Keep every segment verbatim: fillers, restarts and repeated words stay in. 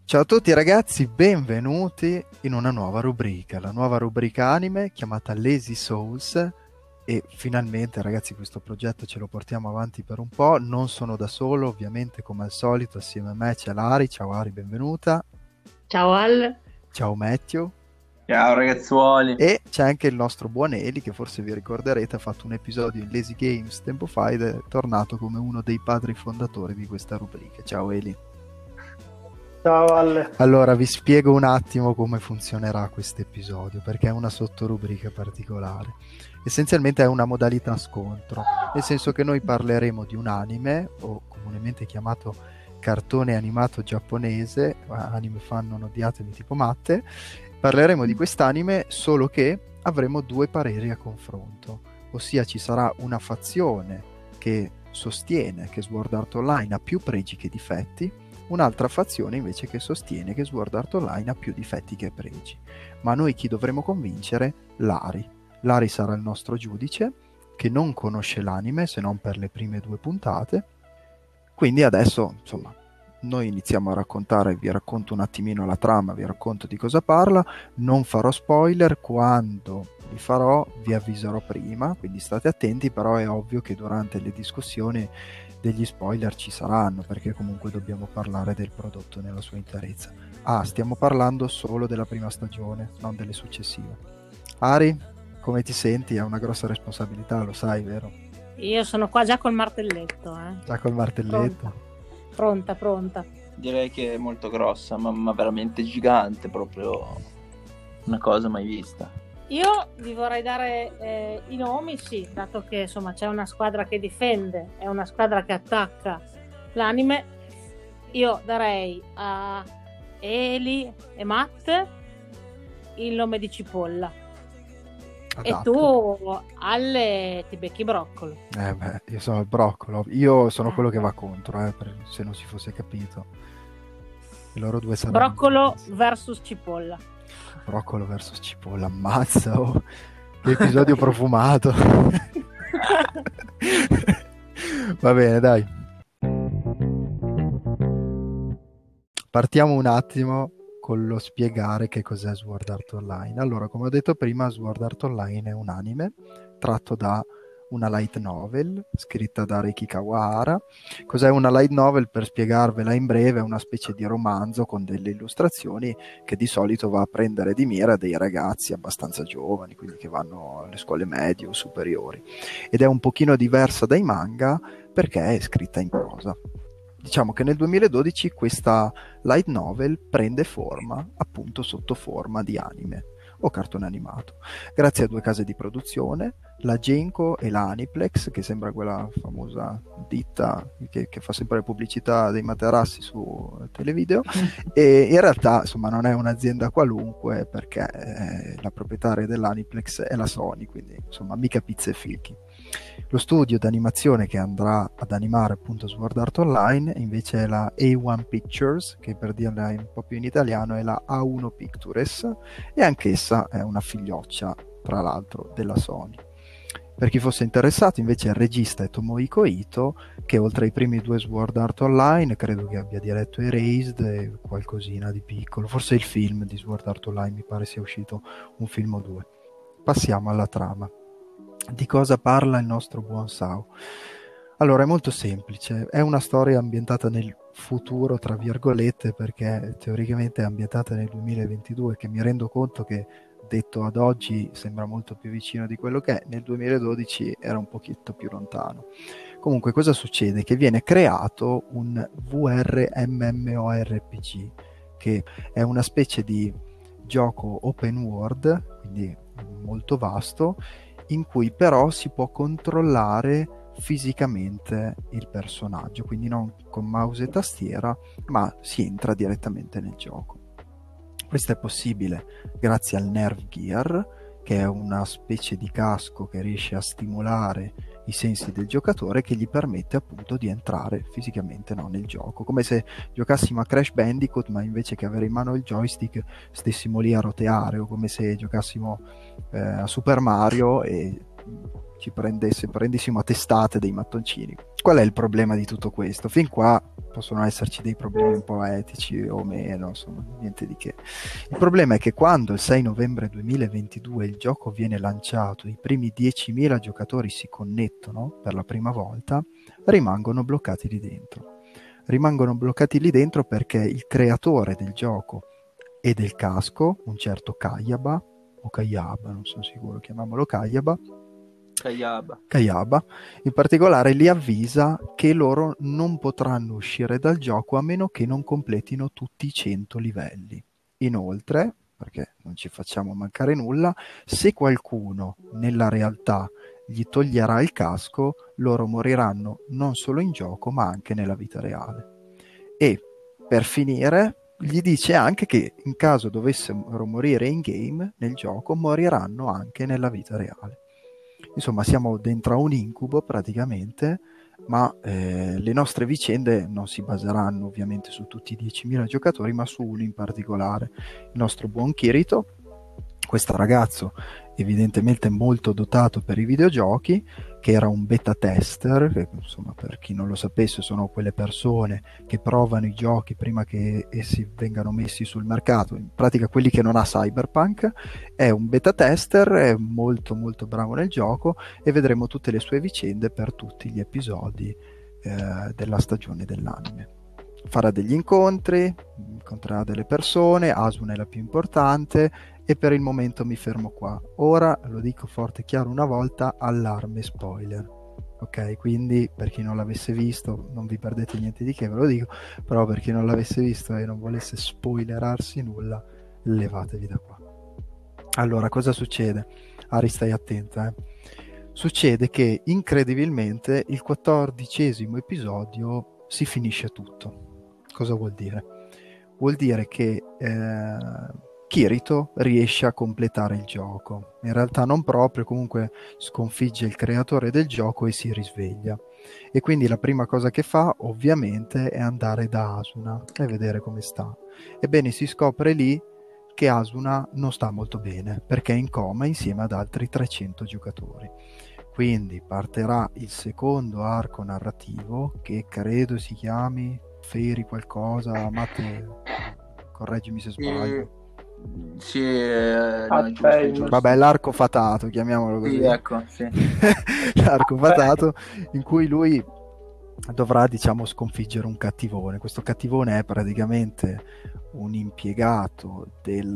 Ciao a tutti ragazzi, benvenuti in una nuova rubrica, la nuova rubrica anime chiamata Lazy Souls. E finalmente ragazzi questo progetto ce lo portiamo avanti per un po', non sono da solo ovviamente, come al solito assieme a me c'è l'Ari. Ciao Ari, benvenuta. Ciao Al. Ciao Matthew. Ciao ragazzuoli. E c'è anche il nostro buon Eli, che forse vi ricorderete ha fatto un episodio in Lazy Games tempo fa ed è tornato come uno dei padri fondatori di questa rubrica. Ciao Eli. Ciao Alle. Allora vi spiego un attimo come funzionerà questo episodio, perché è una sottorubrica particolare. Essenzialmente è una modalità scontro, nel senso che noi parleremo di un anime, o comunemente chiamato cartone animato giapponese, anime fan non odiatemi tipo matte. Parleremo di quest'anime, solo che avremo due pareri a confronto, ossia ci sarà una fazione che sostiene che Sword Art Online ha più pregi che difetti, un'altra fazione invece che sostiene che Sword Art Online ha più difetti che pregi. Ma noi chi dovremo convincere? Lari. Lari sarà il nostro giudice, che non conosce l'anime se non per le prime due puntate. Quindi adesso, insomma, noi iniziamo a raccontare, vi racconto un attimino la trama, vi racconto di cosa parla, non farò spoiler, quando li farò vi avviserò prima, quindi state attenti, però è ovvio che durante le discussioni degli spoiler ci saranno, perché comunque dobbiamo parlare del prodotto nella sua interezza. Ah, stiamo parlando solo della prima stagione, non delle successive. Ari, come ti senti? È una grossa responsabilità, lo sai, vero? Io sono qua già col martelletto. Eh. Già col martelletto? Pronta, pronta. pronta. Direi che è molto grossa, ma, ma veramente gigante, proprio una cosa mai vista. Io vi vorrei dare eh, i nomi, sì, dato che insomma c'è una squadra che difende e una squadra che attacca l'anime. Io darei a Eli e Matt il nome di Cipolla. Adatto. E tu, Alle, ti becchi Broccolo. Eh beh, io sono il Broccolo. Io sono quello che va contro, eh, per, se non si fosse capito. E loro due saranno... Broccolo versus Cipolla. Broccolo versus Cipolla, ammazza, oh, che episodio profumato. Va bene, dai. Partiamo un attimo con lo spiegare che cos'è Sword Art Online. Allora, come ho detto prima, Sword Art Online è un anime tratto da una light novel scritta da Reiki Kawahara. Cos'è una light novel? Per spiegarvela in breve, è una specie di romanzo con delle illustrazioni che di solito va a prendere di mira dei ragazzi abbastanza giovani, quindi che vanno alle scuole medie o superiori, ed è un pochino diversa dai manga perché è scritta in prosa. Diciamo che nel duemiladodici questa light novel prende forma appunto sotto forma di anime o cartone animato, grazie a due case di produzione, la Genko e la Aniplex, che sembra quella famosa ditta che, che fa sempre pubblicità dei materassi su televideo. E in realtà insomma non è un'azienda qualunque, perché eh, la proprietaria dell'Aniplex è la Sony, quindi insomma mica pizze e fichi. Lo studio d'animazione che andrà ad animare appunto Sword Art Online invece è la A uno Pictures, che per dirla un po' più in italiano è la A uno Pictures, e anch'essa è una figlioccia tra l'altro della Sony. Per chi fosse interessato invece il regista è Tomohiko Ito, che oltre ai primi due Sword Art Online credo che abbia diretto Erased e qualcosina di piccolo, forse il film di Sword Art Online, mi pare sia uscito un film o due. Passiamo alla trama. Di cosa parla il nostro buon Sao? Allora, è molto semplice, è una storia ambientata nel futuro, tra virgolette, perché teoricamente è ambientata nel duemilaventidue, che mi rendo conto che detto ad oggi sembra molto più vicino di quello che è, nel duemiladodici era un pochetto più lontano. Comunque cosa succede? Che viene creato un V R M M O R P G, che è una specie di gioco open world, quindi molto vasto, in cui però si può controllare fisicamente il personaggio, quindi non con mouse e tastiera, ma si entra direttamente nel gioco. Questo è possibile grazie al Nerve Gear, che è una specie di casco che riesce a stimolare i sensi del giocatore, che gli permette appunto di entrare fisicamente no, nel gioco, come se giocassimo a Crash Bandicoot, ma invece che avere in mano il joystick stessimo lì a roteare, o come se giocassimo eh, a Super Mario e ci prendesse, prendessimo a testate dei mattoncini. Qual è il problema di tutto questo? Fin qua possono esserci dei problemi un po' etici o meno, insomma, niente di che. Il problema è che quando il sei novembre duemilaventidue il gioco viene lanciato, i primi diecimila giocatori si connettono per la prima volta, rimangono bloccati lì dentro. Rimangono bloccati lì dentro perché il creatore del gioco e del casco, un certo Kayaba, o Kayaba, non sono sicuro, chiamiamolo Kayaba, Kayaba. Kayaba, in particolare li avvisa che loro non potranno uscire dal gioco a meno che non completino tutti i cento livelli. Inoltre, perché non ci facciamo mancare nulla, se qualcuno nella realtà gli toglierà il casco, loro moriranno non solo in gioco ma anche nella vita reale. E per finire gli dice anche che in caso dovessero morire in game, nel gioco, moriranno anche nella vita reale. Insomma, siamo dentro a un incubo praticamente, ma eh, le nostre vicende non si baseranno ovviamente su tutti i diecimila giocatori, ma su uno in particolare, il nostro buon Kirito, questo ragazzo evidentemente molto dotato per i videogiochi, che era un beta tester, che, insomma, per chi non lo sapesse sono quelle persone che provano i giochi prima che essi vengano messi sul mercato, in pratica quelli che non ha Cyberpunk. È un beta tester, è molto molto bravo nel gioco e vedremo tutte le sue vicende per tutti gli episodi eh, della stagione dell'anime. Farà degli incontri, incontrerà delle persone, Asuna è la più importante, e per il momento mi fermo qua. Ora, lo dico forte e chiaro una volta, allarme spoiler. Ok, quindi per chi non l'avesse visto, non vi perdete niente di che, ve lo dico, però per chi non l'avesse visto e non volesse spoilerarsi nulla, levatevi da qua. Allora, cosa succede? Ari, stai attenta, eh. Succede che incredibilmente il quattordicesimo episodio si finisce tutto. Cosa vuol dire? Vuol dire che eh, Kirito riesce a completare il gioco. In realtà non proprio, comunque sconfigge il creatore del gioco e si risveglia. E quindi la prima cosa che fa, ovviamente, è andare da Asuna e vedere come sta. Ebbene, si scopre lì che Asuna non sta molto bene, perché è in coma insieme ad altri trecento giocatori. Quindi partirà il secondo arco narrativo, che credo si chiami Feri qualcosa, Matte, correggimi se sbaglio. Sì, eh, Ah, no, giusto, ok. giusto. Vabbè, l'arco fatato, chiamiamolo così. Sì, ecco, sì. L'arco fatato in cui lui dovrà, diciamo, sconfiggere un cattivone. Questo cattivone è praticamente un impiegato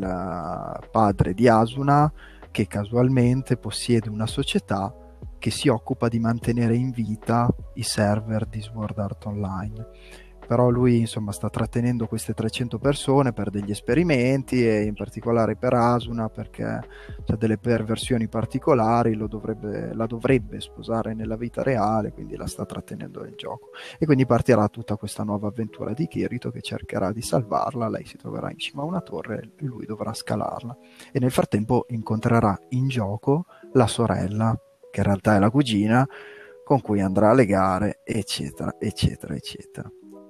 del padre di Asuna, che casualmente possiede una società che si occupa di mantenere in vita i server di Sword Art Online. Però lui, insomma, sta trattenendo queste trecento persone per degli esperimenti, e in particolare per Asuna, perché ha delle perversioni particolari, lo dovrebbe, la dovrebbe sposare nella vita reale, quindi la sta trattenendo nel gioco. E quindi partirà tutta questa nuova avventura di Kirito, che cercherà di salvarla. Lei si troverà in cima a una torre e lui dovrà scalarla. E nel frattempo incontrerà in gioco la sorella, che in realtà è la cugina, con cui andrà alle gare, eccetera, eccetera, eccetera.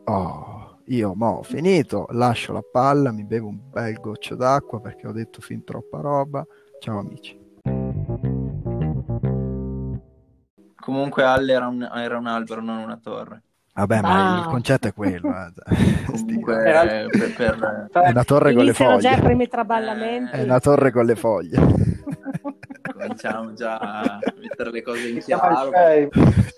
Oh, io mo ho finito, lascio la palla, mi bevo un bel goccio d'acqua perché ho detto fin troppa roba. Ciao amici. Comunque Halle era un, era un albero, non una torre. Vabbè, ma Ah. il concetto è quello. Eh. Comunque Era- eh, per, per- È una torre con le Iniziano già i foglie. primi traballamenti. È una torre con le foglie. cominciamo già a mettere le cose in Mi chiama chiaro. il Shave.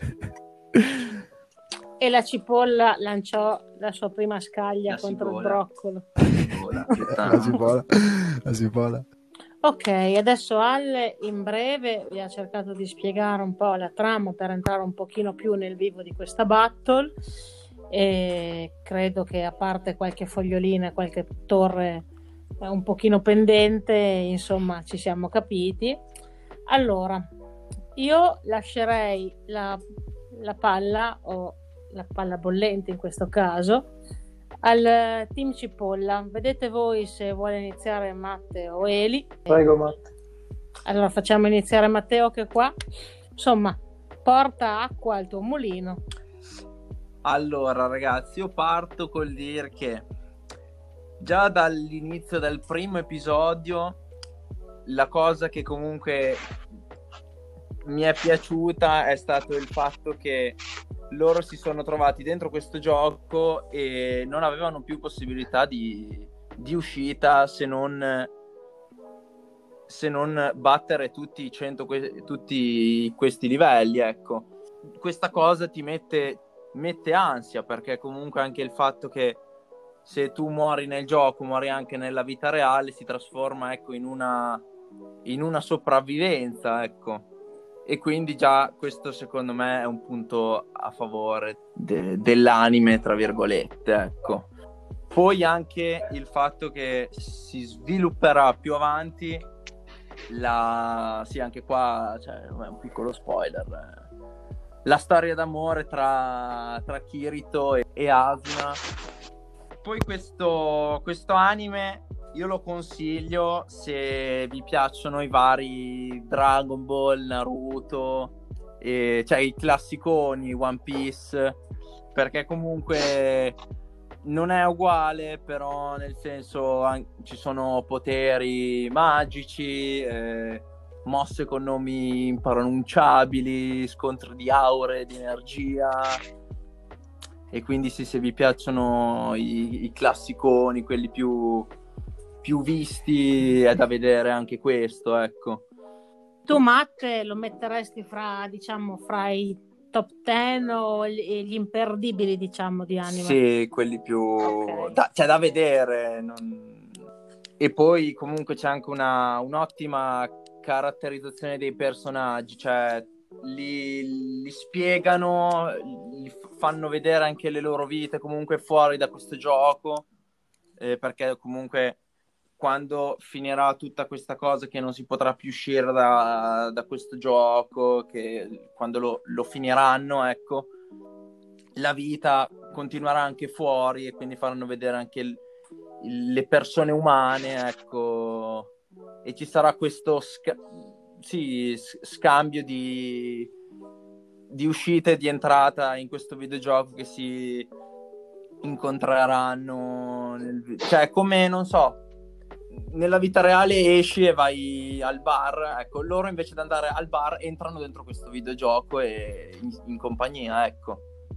E la cipolla lanciò la sua prima scaglia La contro il cipolla. broccolo. Ora, La cipolla. La cipolla. Ok, adesso Alle in breve vi ha cercato di spiegare un po' la trama per entrare un pochino più nel vivo di questa battle, e credo che, a parte qualche fogliolina e qualche torre un pochino pendente, insomma ci siamo capiti. Allora, io lascerei la, la palla, o la palla bollente in questo caso, al team Cipolla. Vedete voi se vuole iniziare Matteo o Eli. Prego, Matt. Allora facciamo iniziare Matteo, che qua insomma porta acqua al tuo mulino. Allora ragazzi, io parto col dire che già dall'inizio del primo episodio la cosa che comunque mi è piaciuta è stato il fatto che loro si sono trovati dentro questo gioco e non avevano più possibilità di, di uscita se non se non battere tutti i cento que- tutti questi livelli, ecco. Questa cosa ti mette mette ansia, perché comunque anche il fatto che se tu muori nel gioco, muori anche nella vita reale, si trasforma, ecco, in una in una sopravvivenza, ecco. E quindi già questo secondo me è un punto a favore de- dell'anime, tra virgolette, ecco. Poi anche il fatto che si svilupperà più avanti la... sì, anche qua cioè, è un piccolo spoiler, eh. La storia d'amore tra, tra Kirito e, e Asuna. Poi questo, questo anime io lo consiglio se vi piacciono i vari Dragon Ball, Naruto, e, cioè i classiconi, One Piece, perché comunque non è uguale, però nel senso an- ci sono poteri magici, eh, mosse con nomi impronunciabili, scontri di aure, di energia. E quindi sì, se vi piacciono i, i classiconi, quelli più, più visti, è da vedere anche questo, ecco. Tu, Matte, lo metteresti fra, diciamo, fra i top dieci o gli, gli imperdibili, diciamo, di anime? Sì, quelli più... Ok. Da, c'è da vedere. Non... E poi comunque c'è anche una, un'ottima caratterizzazione dei personaggi, cioè li, li spiegano, li f- fanno vedere anche le loro vite comunque fuori da questo gioco, eh, perché comunque quando finirà tutta questa cosa che non si potrà più uscire da, da questo gioco, che quando lo, lo finiranno, ecco, la vita continuerà anche fuori e quindi faranno vedere anche il, il, le persone umane, ecco, e ci sarà questo sca- sì, s- scambio di, di uscita e di entrata in questo videogioco, che si incontreranno nel, cioè come, non so, nella vita reale esci e vai al bar, ecco, loro invece di andare al bar entrano dentro questo videogioco e in, in compagnia, ecco.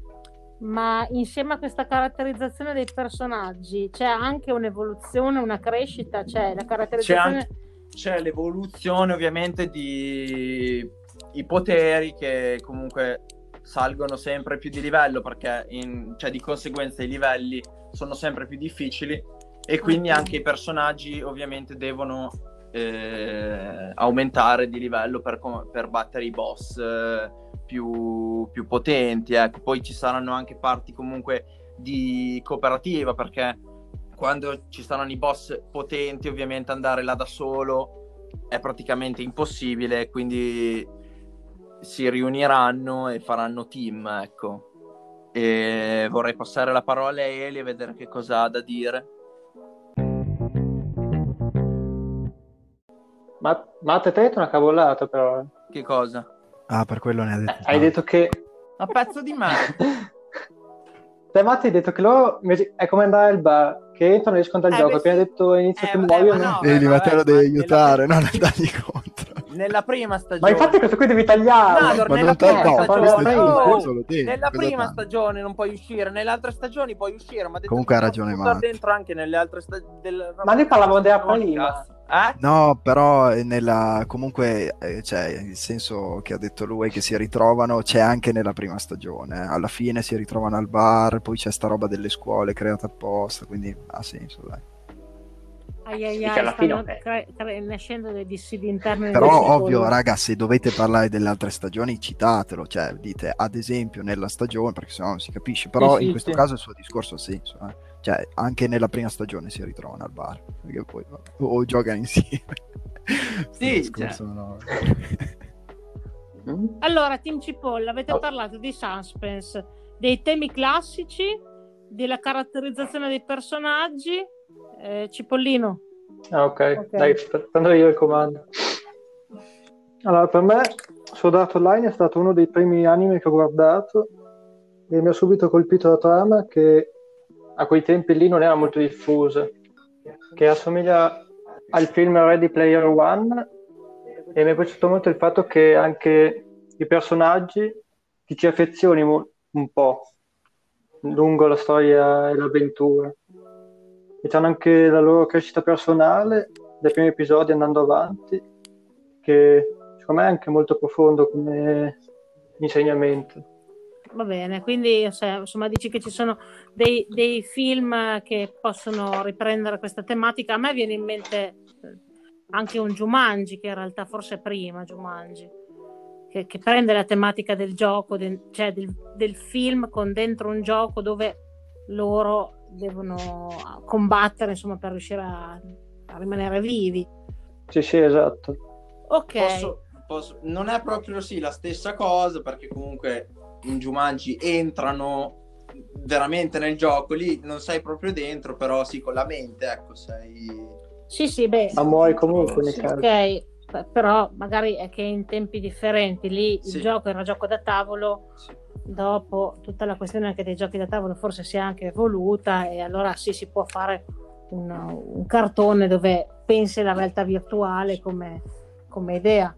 Ma insieme a questa caratterizzazione dei personaggi c'è anche un'evoluzione, una crescita, cioè la C'è, caratterizzazione... anche, c'è l'evoluzione ovviamente di i poteri, che comunque salgono sempre più di livello, perché in, cioè, di conseguenza i livelli sono sempre più difficili e quindi Ok. anche i personaggi ovviamente devono eh, aumentare di livello per, com- per battere i boss eh, più, più potenti, ecco. Poi ci saranno anche parti comunque di cooperativa, perché quando ci saranno i boss potenti ovviamente andare là da solo è praticamente impossibile, quindi si riuniranno e faranno team, ecco. E vorrei passare la parola a Eli e vedere che cosa ha da dire. Ma, ma te hai detto una cavolata però. eh. Che cosa? Ah, per quello ne ha Eh, detto hai tanto. detto che... Un pezzo di me. Te, Matti, hai detto che loro invece è come andare al bar, che entrano e escono dal Eh, gioco, beh, appena sì. detto inizia Eh, che ma- eh, muoiono. ma no, Eli, eh, ma te vabbè, lo ma devi nella aiutare, prima- non andargli contro. Nella prima Ma stagione. infatti questo qui devi tagliare. Nador, Ma nella non ta- prima no, sta parlando stagione, di questo oh, discorso lo devi, nella cosa prima fa? stagione non puoi uscire, nelle altre stagioni puoi uscire, ma ha detto Comunque che ha posso ragione buttare Matti. dentro anche nelle altre stagioni. Ma noi parlavamo della prima. Eh? No, però è nella comunque eh, cioè, il senso che ha detto lui che si ritrovano c'è anche nella prima stagione. eh. Alla fine si ritrovano al bar, poi c'è sta roba delle scuole creata apposta, quindi ha senso, dai. Ai ai Sì, che ai, alla fine, stanno ok. cre- cre- nascendo dei dissidi interni Però del ovvio, cipolla. raga, se dovete parlare delle altre stagioni citatelo, cioè dite ad esempio nella stagione, perché sennò non si capisce, però Sì, in sì, questo sì. caso il suo discorso ha senso, eh. Cioè anche nella prima stagione si ritrovano al bar, perché poi o giocano insieme. Questo Sì, discorso cioè. no. Mm? Allora, Team Cipolla, avete Oh. parlato di suspense, dei temi classici, della caratterizzazione dei personaggi. Eh, Cipollino. Ah, ok, Ok. dai, prendo io il comando. Allora, per me Sword Art Online è stato uno dei primi anime che ho guardato e mi ha subito colpito la trama, che a quei tempi lì non era molto diffusa, che assomiglia al film Ready Player One, e mi è piaciuto molto il fatto che anche i personaggi ti ci affezioni mo- un po' lungo la storia e l'avventura. E c'hanno anche la loro crescita personale dai primi episodi andando avanti, che secondo me è anche molto profondo come insegnamento. Va bene, quindi se, insomma dici che ci sono dei, dei film che possono riprendere questa tematica. A me viene in mente anche un Jumanji, che in realtà forse è prima Jumanji, che, che prende la tematica del gioco, de, cioè del, del film con dentro un gioco dove loro devono combattere, insomma, per riuscire a, a rimanere vivi. Sì, sì, esatto. Ok. Posso, posso... Non è proprio sì la stessa cosa, perché comunque in Jumanji entrano veramente nel gioco, lì non sei proprio dentro, però sì, con la mente, ecco, sei... Sì, sì, beh. Ma muori comunque nei sì, casi. ok, però magari è che in tempi differenti, lì Sì. il gioco era gioco da tavolo, Sì. dopo tutta la questione anche dei giochi da tavolo forse si è anche evoluta, e allora sì, si può fare un, un cartone dove pensi alla realtà virtuale come, come idea.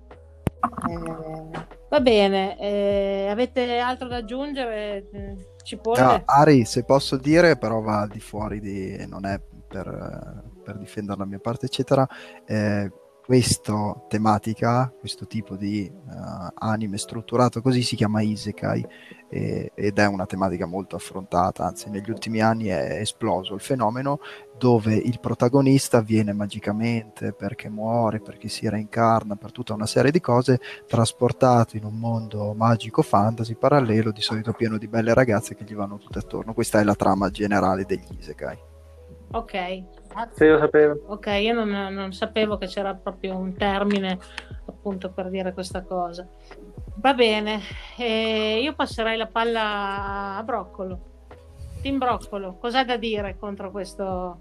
Eh, va bene, eh, avete altro da aggiungere? Eh, Cipolle? Ah, Ari, se posso dire, però va al di fuori di... non è per, per difendere la mia parte, eccetera. Eh, questa tematica, questo tipo di uh, anime strutturato così si chiama Isekai, e, ed è una tematica molto affrontata, anzi negli ultimi anni è esploso il fenomeno, dove il protagonista viene magicamente, perché muore, perché si reincarna, per tutta una serie di cose, trasportato in un mondo magico fantasy parallelo, di solito pieno di belle ragazze che gli vanno tutte attorno. Questa è la trama generale degli Isekai. Ok, Se io sapevo. ok, io non, non sapevo che c'era proprio un termine appunto per dire questa cosa. Va bene, eh, io passerei la palla a Broccolo. Team Broccolo, cos'ha da dire contro questo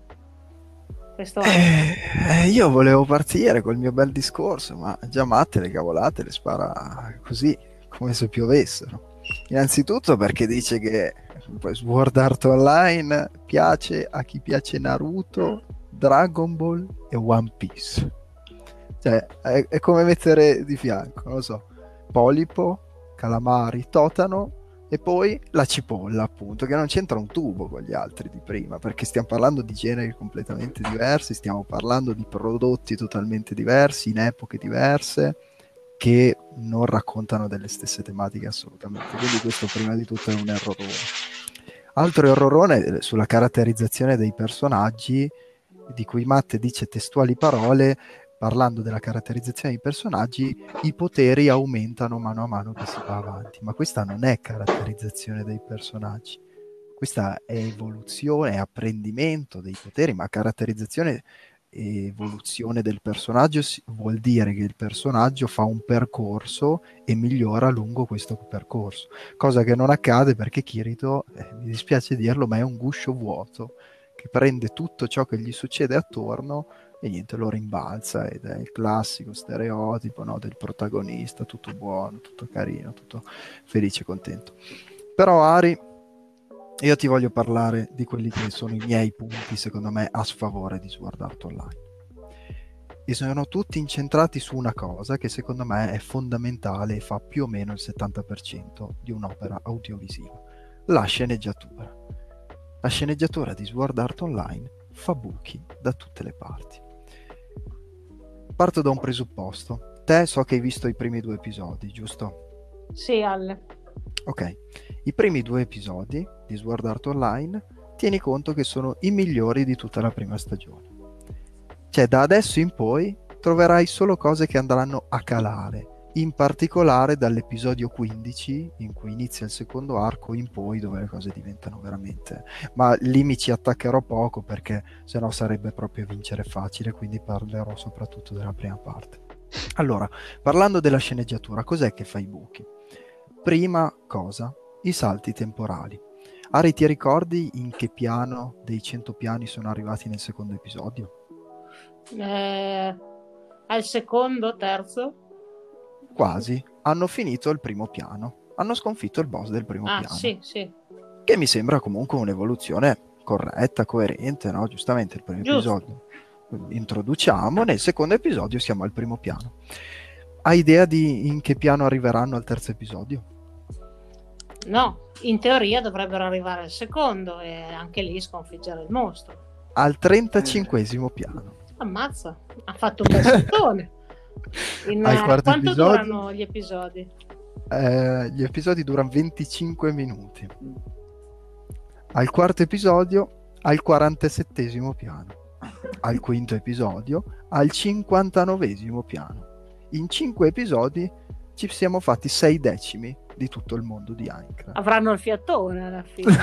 questo Eh, eh, io volevo partire col mio bel discorso, ma già Matte le cavolate le spara così, come se piovessero. Innanzitutto perché dice che Sword Art Online piace a chi piace Naruto, Dragon Ball e One Piece. Cioè, è, è come mettere di fianco, non lo so, Polipo, Calamari, Totano e poi la cipolla, appunto, che non c'entra un tubo con gli altri di prima, perché stiamo parlando di generi completamente diversi, stiamo parlando di prodotti totalmente diversi, in epoche diverse, che non raccontano delle stesse tematiche assolutamente. Quindi questo prima di tutto è un errorone. Altro errorone sulla caratterizzazione dei personaggi, di cui Matte dice testuali parole, parlando della caratterizzazione dei personaggi, i poteri aumentano mano a mano che si va avanti, ma questa non è caratterizzazione dei personaggi, questa è evoluzione, è apprendimento dei poteri, ma caratterizzazione e evoluzione del personaggio vuol dire che il personaggio fa un percorso e migliora lungo questo percorso, cosa che non accade perché Kirito, eh, mi dispiace dirlo, ma è un guscio vuoto che prende tutto ciò che gli succede attorno e niente, lo rimbalza, ed è il classico stereotipo, no, del protagonista, tutto buono, tutto carino, tutto felice e contento. Però Ari, io ti voglio parlare di quelli che sono i miei punti, secondo me, a sfavore di Sword Art Online. E sono tutti incentrati su una cosa che secondo me è fondamentale e fa più o meno il settanta per cento di un'opera audiovisiva: la sceneggiatura. La sceneggiatura di Sword Art Online fa buchi da tutte le parti. Parto da un presupposto. Te so che hai visto i primi due episodi, giusto? Sì, Alle. Ok, i primi due episodi di Sword Art Online, tieni conto che sono i migliori di tutta la prima stagione. Cioè, da adesso in poi troverai solo cose che andranno a calare, in particolare dall'episodio quindici, in cui inizia il secondo arco, in poi, dove le cose diventano veramente... Ma lì mi ci attaccherò poco, perché sennò sarebbe proprio vincere facile, quindi parlerò soprattutto della prima parte. Allora, parlando della sceneggiatura, cos'è che fa i buchi? Prima cosa, i salti temporali. Ari, ti ricordi in che piano dei cento piani sono arrivati nel secondo episodio? Eh, al secondo, terzo? Quasi. Hanno finito il primo piano. Hanno sconfitto il boss del primo ah, piano. Sì, sì. Che mi sembra comunque un'evoluzione corretta, coerente, no? Giustamente il primo Giusto. episodio introduciamo, nel secondo episodio siamo al primo piano. Hai idea di in che piano arriveranno al terzo episodio? No, in teoria dovrebbero arrivare al secondo e anche lì sconfiggere il mostro. Al trentacinquesimo piano. Ammazza, ha fatto un bel saltone. In, Al quarto quanto episodio, durano gli episodi? eh, gli episodi durano venticinque minuti. Al quarto episodio, al quarantasettesimo piano. Al quinto episodio, al cinquantanovesimo piano. In cinque episodi ci siamo fatti sei decimi di tutto il mondo di Minecraft. Avranno il fiatone alla fine.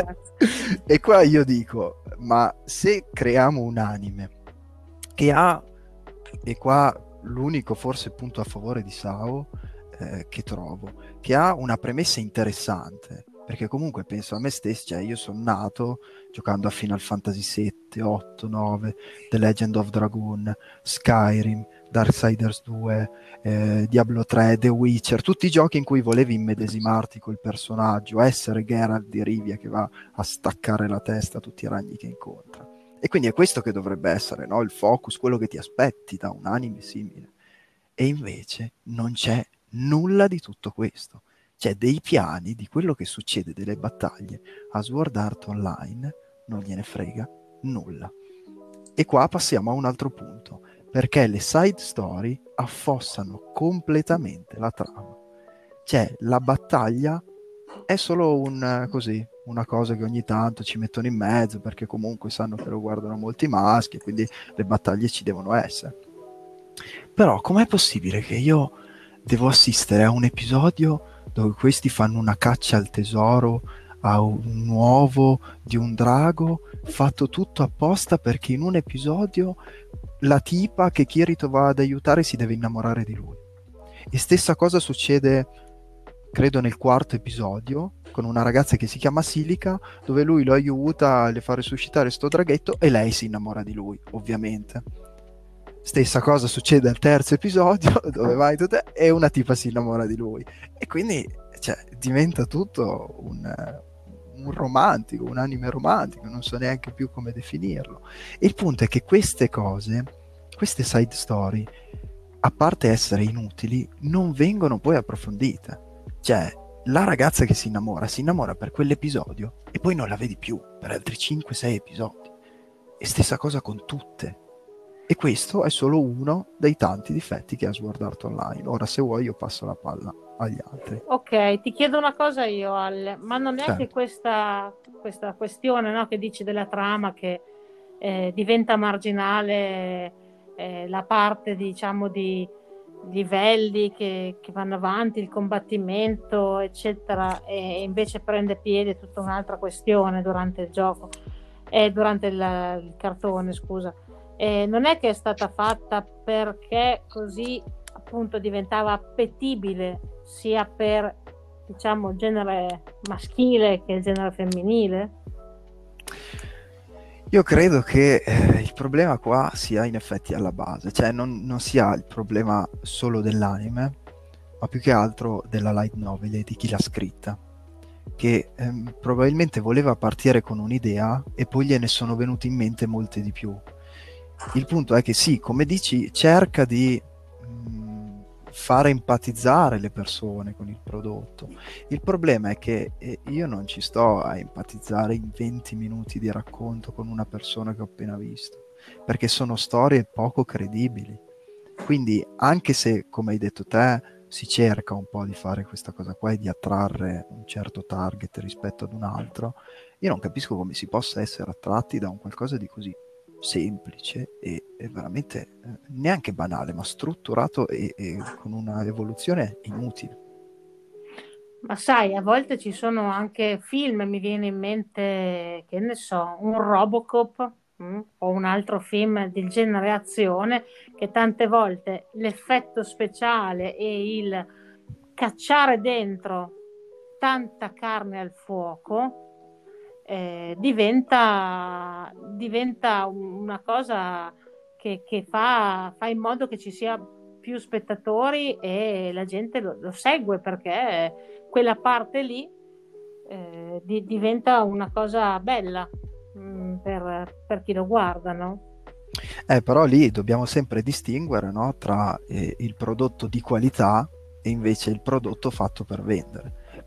E qua io dico, ma se creiamo un anime che ha, e qua l'unico forse punto a favore di Sao eh, che trovo, che ha una premessa interessante, perché comunque penso a me stesso, cioè io sono nato giocando a Final Fantasy sette, otto, nove, The Legend of Dragoon, Skyrim, Darksiders due, eh, Diablo tre, The Witcher, tutti i giochi in cui volevi immedesimarti col personaggio, essere Geralt di Rivia che va a staccare la testa a tutti i ragni che incontra. E quindi è questo che dovrebbe essere, no? Il focus, quello che ti aspetti da un anime simile. E invece non c'è nulla di tutto questo. C'è dei piani di quello che succede delle battaglie a Sword Art Online, non gliene frega nulla. E qua passiamo a un altro punto, perché le side story affossano completamente la trama. Cioè, la battaglia è solo un così, una cosa che ogni tanto ci mettono in mezzo, perché comunque sanno che lo guardano molti maschi, e quindi le battaglie ci devono essere. Però com'è possibile che io devo assistere a un episodio dove questi fanno una caccia al tesoro, a un uovo di un drago, fatto tutto apposta perché in un episodio la tipa che Kirito va ad aiutare si deve innamorare di lui. E stessa cosa succede, credo, nel quarto episodio, con una ragazza che si chiama Silica, dove lui lo aiuta a le far resuscitare sto draghetto e lei si innamora di lui, ovviamente. Stessa cosa succede al terzo episodio, dove vai tu te, e una tipa si innamora di lui. E quindi, cioè, diventa tutto un, un romantico, un anime romantico, non so neanche più come definirlo. E il punto è che queste cose, queste side story, a parte essere inutili, non vengono poi approfondite. Cioè, la ragazza che si innamora, si innamora per quell'episodio e poi non la vedi più per altri cinque sei episodi. E stessa cosa con tutte. E questo è solo uno dei tanti difetti che ha Sword Art Online. Ora, se vuoi, io passo la palla agli altri. Ok, ti chiedo una cosa io, Alle, ma non è Certo. che questa, questa questione, no, che dici della trama che eh, diventa marginale eh, la parte, diciamo, di livelli che, che vanno avanti, il combattimento, eccetera, e invece prende piede tutta un'altra questione durante il gioco, e durante il, il cartone, scusa. Eh, non è che è stata fatta perché così appunto diventava appetibile sia per, diciamo, il genere maschile che il genere femminile? Io credo che eh, il problema qua sia in effetti alla base, cioè non, non sia il problema solo dell'anime, ma più che altro della light novel e di chi l'ha scritta, che ehm, probabilmente voleva partire con un'idea e poi gliene sono venute in mente molte di più. Il punto è che sì, come dici, cerca di mh, fare empatizzare le persone con il prodotto. Il problema è che eh, io non ci sto a empatizzare in venti minuti di racconto con una persona che ho appena visto, perché sono storie poco credibili. Quindi anche se, come hai detto te, si cerca un po' di fare questa cosa qua e di attrarre un certo target rispetto ad un altro, io non capisco come si possa essere attratti da un qualcosa di così semplice e, e veramente eh, neanche banale, ma strutturato e, e con una evoluzione inutile. Ma sai, a volte ci sono anche film, mi viene in mente, che ne so, un Robocop mh, o un altro film del genere azione, che tante volte l'effetto speciale e il cacciare dentro tanta carne al fuoco eh, diventa, diventa una cosa che, che fa, fa in modo che ci sia più spettatori e la gente lo, lo segue, perché quella parte lì eh, di, diventa una cosa bella mh, per, per chi lo guarda, no? Eh, però lì dobbiamo sempre distinguere, no, tra eh, il prodotto di qualità e invece il prodotto fatto per vendere.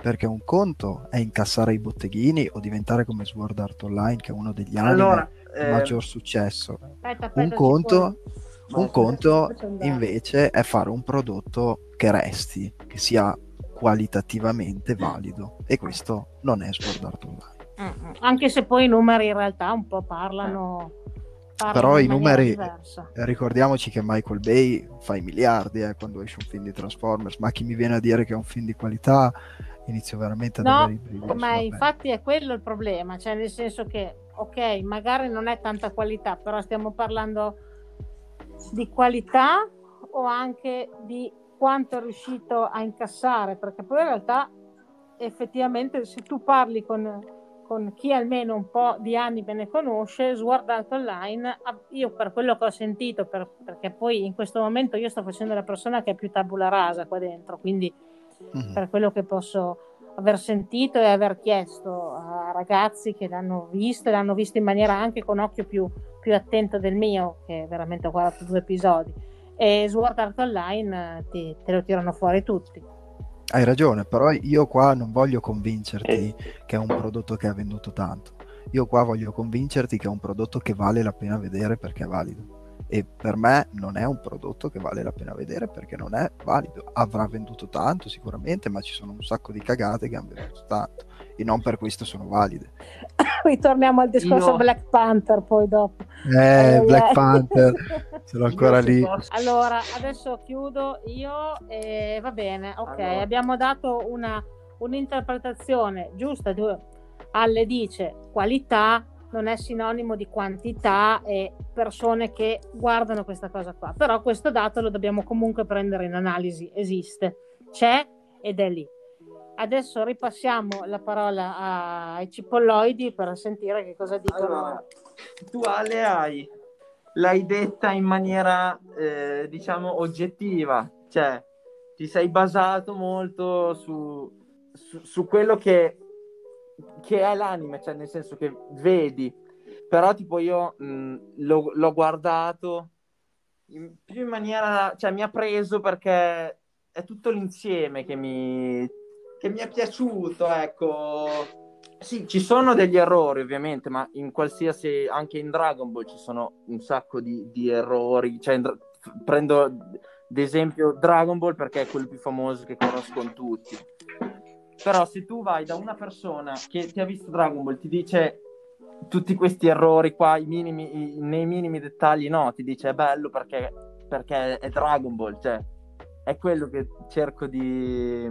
perché un conto è incassare i botteghini o diventare come Sword Art Online, che è uno degli anime Allora, di eh, maggior successo. Aspetta, Un aspetta, conto, Vai, un conto Faccio andare. invece è fare un prodotto che resti, che sia qualitativamente valido, e questo non è Sword Art Online. Mm, mm. Anche se poi i numeri in realtà un po' parlano, parlano Però in i maniera numeri, diversa. eh, ricordiamoci che Michael Bay fa i miliardi eh, quando esce un film di Transformers, ma chi mi viene a dire che è un film di qualità, inizio veramente ad No, avere i brividi ma sulla pelle. infatti è quello il problema, cioè nel senso che, ok, magari non è tanta qualità, però stiamo parlando di qualità o anche di quanto è riuscito a incassare, perché poi in realtà effettivamente se tu parli con, con chi almeno un po' di anime ne conosce, Sword Art Online, io per quello che ho sentito, per, perché poi in questo momento io sto facendo la persona che è più tabula rasa qua dentro, quindi Mhm. per quello che posso aver sentito e aver chiesto a ragazzi che l'hanno visto e l'hanno visto in maniera anche con occhio più, più attento del mio, che veramente ho guardato due episodi, e Sword Art Online eh, ti, te lo tirano fuori tutti. Hai ragione, però io qua non voglio convincerti che è un prodotto che ha venduto tanto. Io qua voglio convincerti che è un prodotto che vale la pena vedere perché è valido. E per me non è un prodotto che vale la pena vedere perché non è valido. Avrà venduto tanto sicuramente, ma ci sono un sacco di cagate che hanno venduto tanto e non per questo sono valide. Ritorniamo al discorso Io- Black Panther poi dopo. Eh, Eh, Black eh. Panther, sono ancora Io se lì. posso- Allora, adesso chiudo io e va bene, ok, Allora. abbiamo dato una, un'interpretazione giusta, due- Alle dice qualità non è sinonimo di quantità e persone che guardano questa cosa qua, però questo dato lo dobbiamo comunque prendere in analisi, esiste, c'è ed è lì. Adesso ripassiamo la parola a- ai cipolloidi per sentire che cosa dicono. Allora, tu Ale hai l'hai detta in maniera eh, diciamo oggettiva, cioè ti sei basato molto su, su, su quello che, che è l'anime, cioè nel senso che vedi, però tipo io mh, l'ho, l'ho guardato in, più in maniera, cioè mi ha preso perché è tutto l'insieme che mi, che mi è piaciuto, ecco. Sì, ci sono degli errori ovviamente, ma in qualsiasi, anche in Dragon Ball ci sono un sacco di, di errori, cioè, in Dra- prendo ad esempio Dragon Ball perché è quello più famoso che conoscono tutti. Però se tu vai da una persona che ti ha visto Dragon Ball, ti dice tutti questi errori qua, i minimi, i- nei minimi dettagli, no, ti dice è bello perché, perché è Dragon Ball, cioè è quello che cerco di...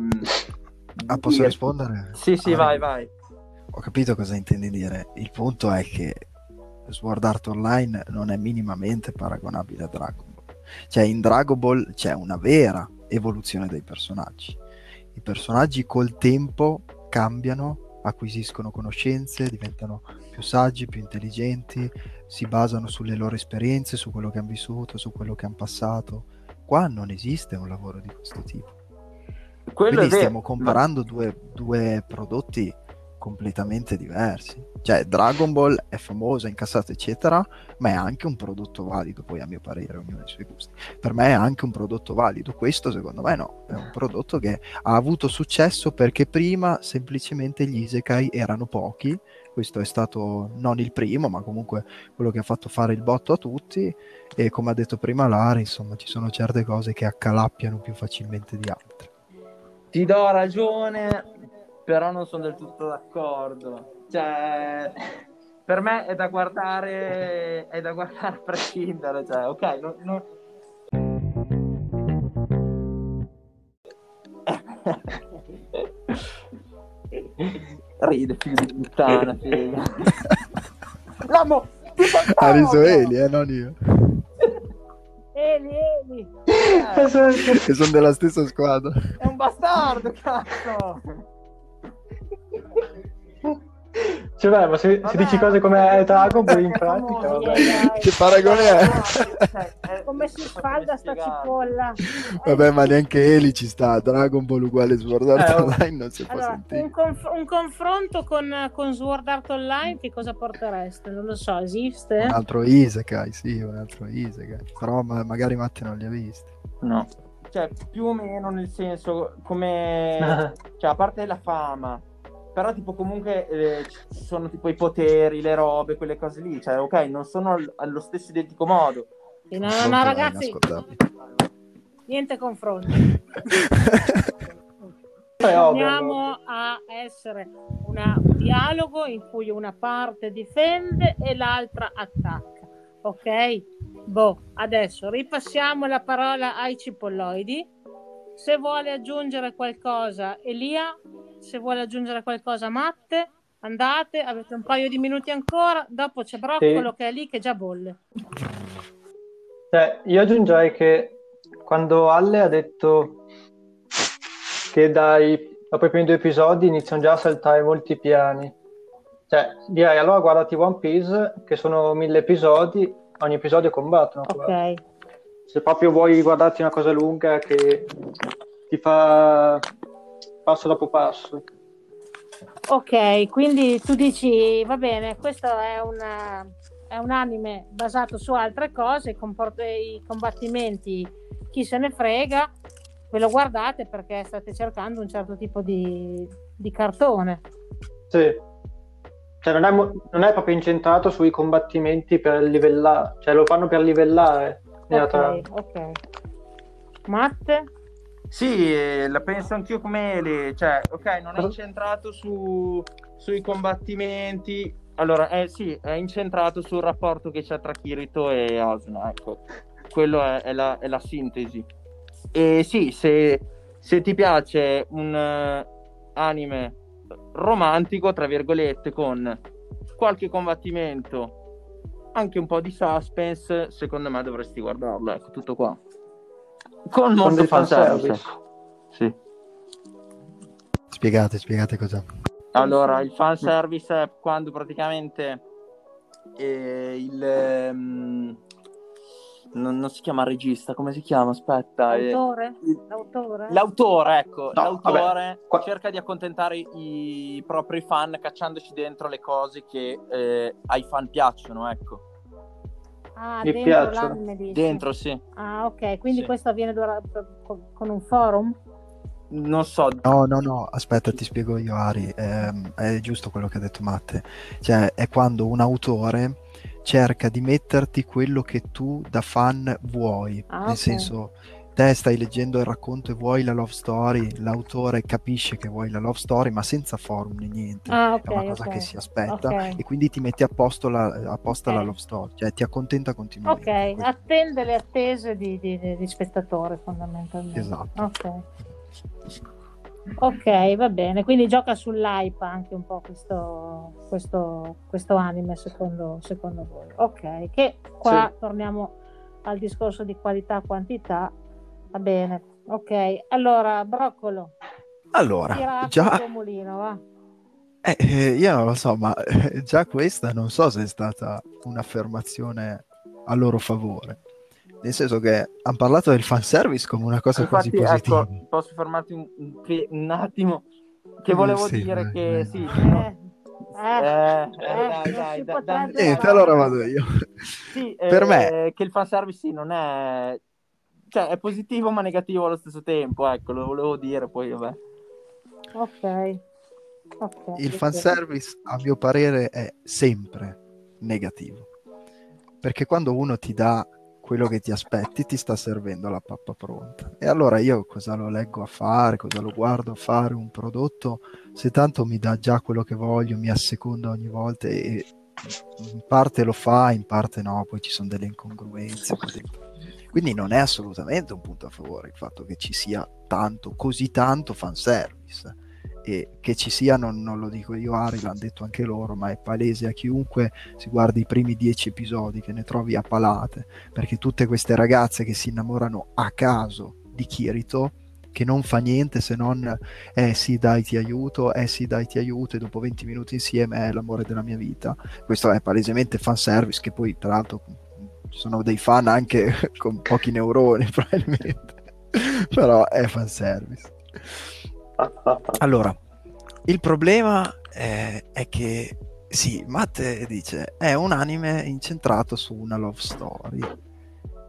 Ah, di posso dire. rispondere? Sì, sì, Ah, vai, vai. Ho capito cosa intendi dire. Il punto è che Sword Art Online non è minimamente paragonabile a Dragon Ball. Cioè, in Dragon Ball c'è una vera evoluzione dei personaggi. I personaggi col tempo cambiano, acquisiscono conoscenze, diventano più saggi, più intelligenti, si basano sulle loro esperienze, su quello che hanno vissuto, su quello che hanno passato. Qua non esiste un lavoro di questo tipo. Quello Quindi è vero. stiamo comparando due, due prodotti completamente diversi. Cioè Dragon Ball è famoso, è incassato eccetera, ma è anche un prodotto valido, poi a mio parere, ognuno ha i suoi gusti. Per me è anche un prodotto valido, questo secondo me no, è un prodotto che ha avuto successo perché prima semplicemente gli isekai erano pochi, questo è stato non il primo, ma comunque quello che ha fatto fare il botto a tutti, e come ha detto prima Lara, insomma ci sono certe cose che accalappiano più facilmente di altre. Ti do ragione, però non sono del tutto d'accordo. Cioè, per me è da guardare, è da guardare a prescindere. Cioè, ok, non, non... Ride, figlio di puttana, figa. L'amo, Ha riso Eli, eh, non io. Eli, Eli. Che sono della stessa squadra. È un bastardo, cazzo. Cioè, beh, ma se, se Vabbè, dici cose come vabbè, Dragon Ball in è pratica, famoso, vabbè. dai. Che paragone è? Cioè, è- Come si sfalda sta spiegare. cipolla? Vabbè, ma neanche Eli ci sta. Dragon Ball uguale Sword Art Eh, oh. Online non si può Allora, sentire. un, conf- un confronto con, con Sword Art Online, che cosa portereste? Non lo so, esiste? Un altro Isekai, sì, un altro Isekai. Però ma- magari Matte non li ha visti. No. cioè più o meno, nel senso, come, cioè a parte la fama, però tipo comunque eh, ci sono tipo i poteri, le robe, quelle cose lì, cioè ok, non sono al- allo stesso identico modo. Sì, no, no, Confronto no, è ragazzi, inascoltabile. niente confronto. È ovvio, Torniamo a essere una- un dialogo in cui una parte difende e l'altra attacca, ok? Boh, adesso ripassiamo la parola ai cipolloidi. Se vuole aggiungere qualcosa Elia, se vuole aggiungere qualcosa Matte, andate, avete un paio di minuti ancora, dopo c'è Broccolo Sì. che è lì che già bolle. Cioè, io aggiungerei che quando Alle ha detto che dai, dopo i primi due episodi iniziano già a saltare molti piani, cioè direi allora guardati One Piece, che sono mille episodi, ogni episodio combattono. Ok. Se proprio vuoi guardarti una cosa lunga che ti fa passo dopo passo. Ok, quindi tu dici, va bene, questo è, una, è un anime basato su altre cose, i, comport- i combattimenti, chi se ne frega, ve lo guardate perché state cercando un certo tipo di, di cartone. Sì. Cioè non è, mo- non è proprio incentrato sui combattimenti per livellare, cioè lo fanno per livellare nella Ok, trama. ok. Matte? Sì, eh, la penso anch'io come Ele, cioè, ok, non è Cosa- incentrato su, sui combattimenti, allora, eh, sì, è incentrato sul rapporto che c'è tra Kirito e Asuna, ecco, quello è, è la, è la sintesi. E sì, se, se ti piace un eh, anime romantico, tra virgolette, con qualche combattimento, anche un po' di suspense, secondo me dovresti guardarlo, ecco, tutto qua. Con molto del fanservice. fanservice. Sì. Spiegate, spiegate cos'è. Allora, il fanservice è quando praticamente eh, il ehm, non, non si chiama regista, come si chiama? Aspetta, eh, L'autore? il- L'autore? l'autore, ecco, No, l'autore vabbè, qua- cerca di accontentare i propri fan cacciandoci dentro le cose che eh, ai fan piacciono, ecco. Ah, Mi dentro piacciono. l'anime dici? Dentro, sì. Ah, ok, quindi Sì. questo avviene dura- con un forum? Non so. No, no, no, aspetta, ti spiego io, Ari. Ehm, è giusto quello che ha detto Matte. Cioè, è quando un autore cerca di metterti quello che tu da fan vuoi. Ah, Nel ok. senso, te stai leggendo il racconto e vuoi la love story, l'autore capisce che vuoi la love story, ma senza forum né niente. Ah, ok, È una cosa ok. che si aspetta Ok. e quindi ti metti a posto la, apposta Ok. la love story, cioè ti accontenta continuamente. Ok, Questo- attende le attese di, di, di- di spettatore fondamentalmente. Esatto. Ok. Ok, va bene. Quindi gioca sull'hype anche un po' questo, questo, questo anime secondo, secondo voi. Ok, che qua Sì. torniamo al discorso di qualità-quantità. Va bene. Ok, allora, Broccolo, Allora, tira acqua già... al tuo mulino, va. Eh, eh, io non lo so, ma eh, già questa non so se è stata un'affermazione a loro favore. Nel senso che hanno parlato del fanservice come una cosa Infatti, quasi positiva. ecco, posso fermarti un, un, un attimo? Che Eh, volevo sì, dire vai, che vai, sì, Eh, eh, eh, eh, eh, dai, non dai, si da- potrebbe da- Niente, fare. allora vado io. sì, Per me, eh, che il fanservice sì, non è, cioè è positivo ma negativo allo stesso tempo, ecco, lo volevo dire, poi vabbè. Ok. Ok. il fanservice, a mio parere, è sempre negativo. Perché quando uno ti dà quello che ti aspetti, ti sta servendo la pappa pronta. E allora io cosa lo leggo a fare, cosa lo guardo a fare un prodotto, se tanto mi dà già quello che voglio, mi asseconda ogni volta e in parte lo fa, in parte no, poi ci sono delle incongruenze. Quindi non è assolutamente un punto a favore il fatto che ci sia tanto, così tanto fanservice. E che ci sia, non, non lo dico io, Ari, l'hanno detto anche loro, ma è palese a chiunque si guardi i primi dieci episodi che ne trovi a palate, perché tutte queste ragazze che si innamorano a caso di Kirito, che non fa niente se non eh sì dai ti aiuto, eh sì dai ti aiuto, e dopo venti minuti insieme è l'amore della mia vita. Questo è palesemente fanservice, che poi tra l'altro ci sono dei fan anche con pochi neuroni probabilmente, però è fanservice. Allora, il problema è, è che sì, Matte dice è un anime incentrato su una love story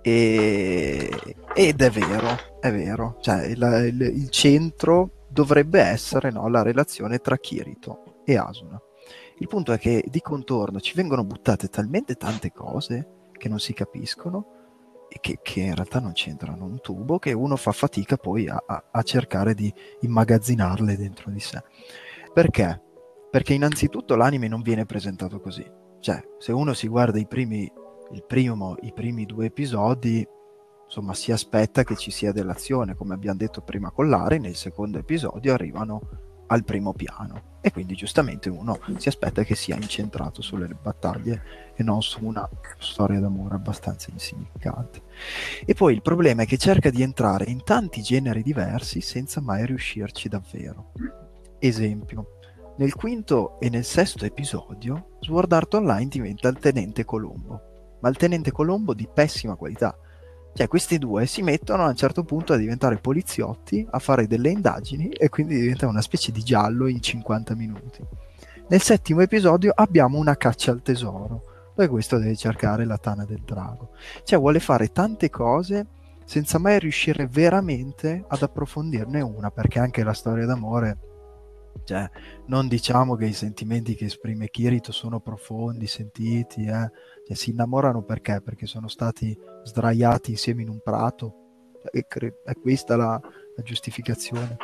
E... ed è vero, è vero, cioè il, il, il centro dovrebbe essere, no, la relazione tra Kirito e Asuna. Il punto è che di contorno ci vengono buttate talmente tante cose che non si capiscono e che, che in realtà non c'entrano un tubo, che uno fa fatica poi a, a, a cercare di immagazzinarle dentro di sé. Perché? Perché innanzitutto l'anime non viene presentato così. Cioè, se uno si guarda i primi, il primo, i primi due episodi, insomma, si aspetta che ci sia dell'azione, come abbiamo detto prima con Lari. Nel secondo episodio arrivano al primo piano e quindi giustamente uno si aspetta che sia incentrato sulle battaglie e non su una storia d'amore abbastanza insignificante. E poi il problema è che cerca di entrare in tanti generi diversi senza mai riuscirci davvero. Esempio, nel quinto e nel sesto episodio Sword Art Online diventa il Tenente Colombo, ma il Tenente Colombo di pessima qualità. Cioè, questi due si mettono a un certo punto a diventare poliziotti, a fare delle indagini, e quindi diventa una specie di giallo in cinquanta minuti. Nel settimo episodio abbiamo una caccia al tesoro, dove questo deve cercare la tana del drago. Cioè, vuole fare tante cose senza mai riuscire veramente ad approfondirne una, perché anche la storia d'amore, cioè, non diciamo che i sentimenti che esprime Kirito sono profondi, sentiti, eh. Cioè, si innamorano perché? Perché sono stati sdraiati insieme in un prato. E cre- è questa la, la giustificazione.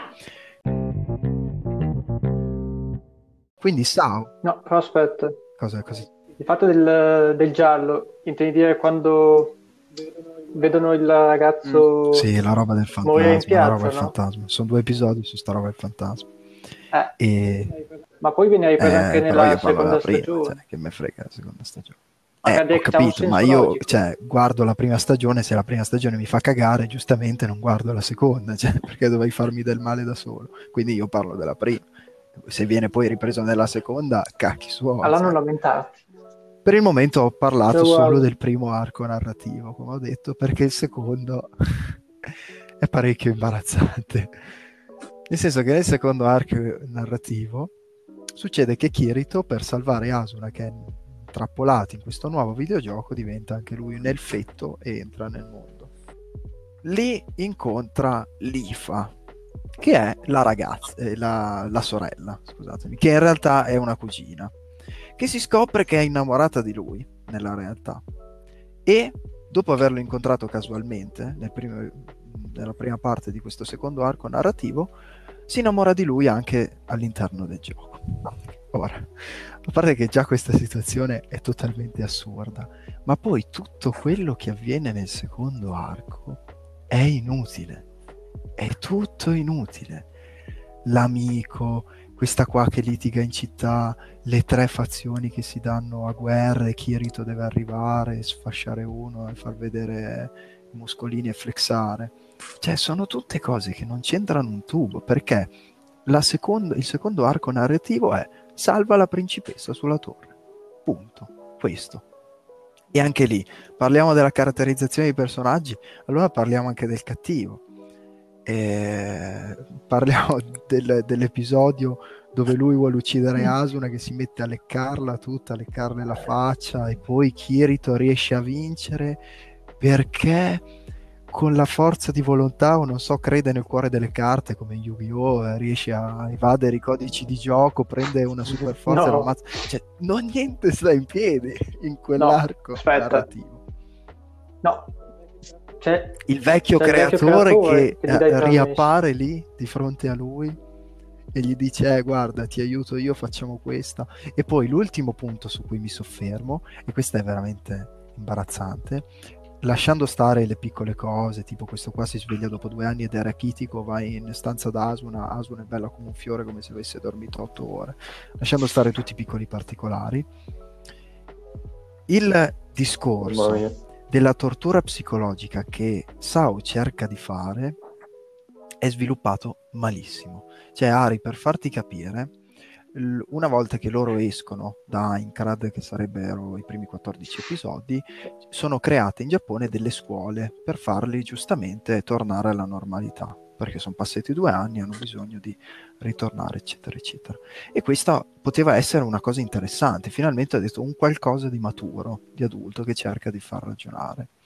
Quindi Sao. No, però aspetta. Cosa, cosa... Il fatto del, del giallo, intendi dire quando vedono il ragazzo... Mm. Sì, la roba del morire in fantasma, piazza, la roba del no? fantasma. Sono due episodi su sta roba del fantasma. Eh. E... Ma poi viene ripreso eh, anche però nella io parlo della seconda prima, stagione. cioè, che me frega la seconda stagione. Ma Eh, che ho dà un capito, ma senso io, logico. cioè, guardo la prima stagione, se la prima stagione mi fa cagare, giustamente non guardo la seconda, cioè, perché dovrei farmi del male da solo. Quindi io parlo della prima. Se viene poi ripreso nella seconda, cacchi suoi. Allora non cioè. lamentarti. Per il momento ho parlato Io solo guardo. del primo arco narrativo, come ho detto, perché il secondo è parecchio imbarazzante. Nel senso che nel secondo arco narrativo succede che Kirito, per salvare Asuna, che è trappolato in questo nuovo videogioco, diventa anche lui un elfetto e entra nel mondo. Lì incontra Lifa, che è la ragazza, eh, la, la sorella, scusatemi, che in realtà è una cugina, che si scopre che è innamorata di lui nella realtà, e dopo averlo incontrato casualmente nel primo, nella prima parte di questo secondo arco narrativo, si innamora di lui anche all'interno del gioco. Ora, a parte che già questa situazione è totalmente assurda, ma poi tutto quello che avviene nel secondo arco è inutile, è tutto inutile. L'amico, questa qua che litiga in città, le tre fazioni che si danno a guerra e Kirito deve arrivare, sfasciare uno e far vedere i muscolini e flexare. Cioè, sono tutte cose che non c'entrano un tubo, perché la seconda, il secondo arco narrativo è salva la principessa sulla torre. Punto. Questo. E anche lì, parliamo della caratterizzazione dei personaggi, allora parliamo anche del cattivo. E parliamo del, dell'episodio dove lui vuole uccidere Asuna, che si mette a leccarla tutta, a leccarle la faccia, e poi Kirito riesce a vincere perché con la forza di volontà, o non so, crede nel cuore delle carte come Yu-Gi-Oh!, eh, riesce a evadere i codici di gioco, prende una super forza, no. E lo ammazza. Cioè, non niente sta in piedi in quell'arco no, narrativo. No, c'è il vecchio, c'è creatore, il vecchio creatore che, che eh, riappare lì di fronte a lui e gli dice eh, guarda, ti aiuto io, facciamo questa. E poi l'ultimo punto su cui mi soffermo, e questo è veramente imbarazzante, lasciando stare le piccole cose, tipo questo qua si sveglia dopo due anni ed è rachitico, va in stanza da Asuna, Asuna è bella come un fiore, come se avesse dormito otto ore, lasciando stare tutti i piccoli particolari, il discorso della tortura psicologica che Sao cerca di fare è sviluppato malissimo. Cioè, Ari, per farti capire, una volta che loro escono da Aincrad, che sarebbero i primi quattordici episodi, sono create in Giappone delle scuole per farli giustamente tornare alla normalità, perché sono passati due anni, hanno bisogno di ritornare, eccetera, eccetera. E questa poteva essere una cosa interessante. Finalmente ho detto un qualcosa di maturo, di adulto, che cerca di far ragionare.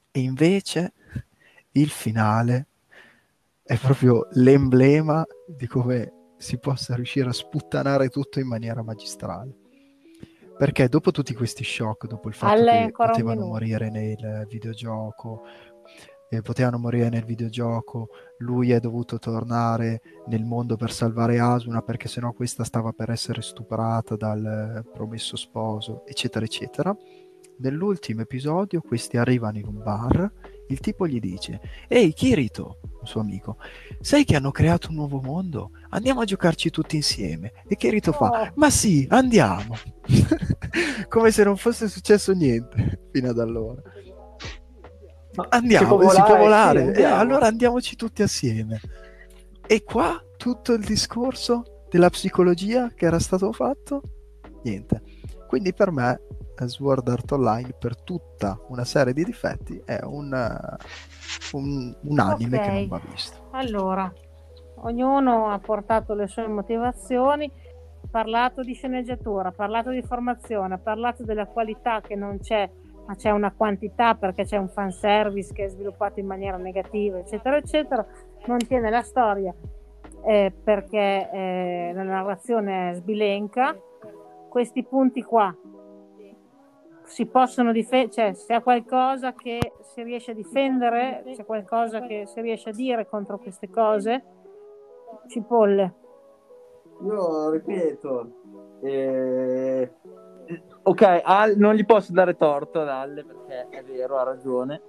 E invece il finale è proprio l'emblema di come si possa riuscire a sputtanare tutto in maniera magistrale. Perché dopo tutti questi shock, dopo il fatto Alle che ancora un potevano minuto. morire nel videogioco, eh, potevano morire nel videogioco, lui è dovuto tornare nel mondo per salvare Asuna perché sennò questa stava per essere stuprata dal promesso sposo, eccetera, eccetera. Nell'ultimo episodio questi arrivano in un bar, il tipo gli dice: «Ehi Kirito», un suo amico, «sai che hanno creato un nuovo mondo? Andiamo a giocarci tutti insieme». E Kirito fa: Oh, «Ma sì, andiamo». Come se non fosse successo niente fino ad allora. Ma si Andiamo, può si può volare? Sì, volare, eh, andiamo. allora andiamoci tutti assieme. E qua tutto il discorso della psicologia che era stato fatto, niente. Quindi per me Sword Art Online, per tutta una serie di difetti, è un, un, un anime ok. che non va visto. Allora, ognuno ha portato le sue motivazioni, ha parlato di sceneggiatura, ha parlato di formazione, ha parlato della qualità che non c'è, ma c'è una quantità perché c'è un fanservice che è sviluppato in maniera negativa, eccetera, eccetera. Non tiene la storia eh, perché eh, la narrazione è sbilenca. Questi punti qua si possono difendere, cioè se c'è qualcosa che si riesce a difendere, c'è qualcosa che si riesce a dire contro queste cose, cipolle. Io ripeto, eh, ok, Al, non gli posso dare torto ad Alle perché è vero, ha ragione,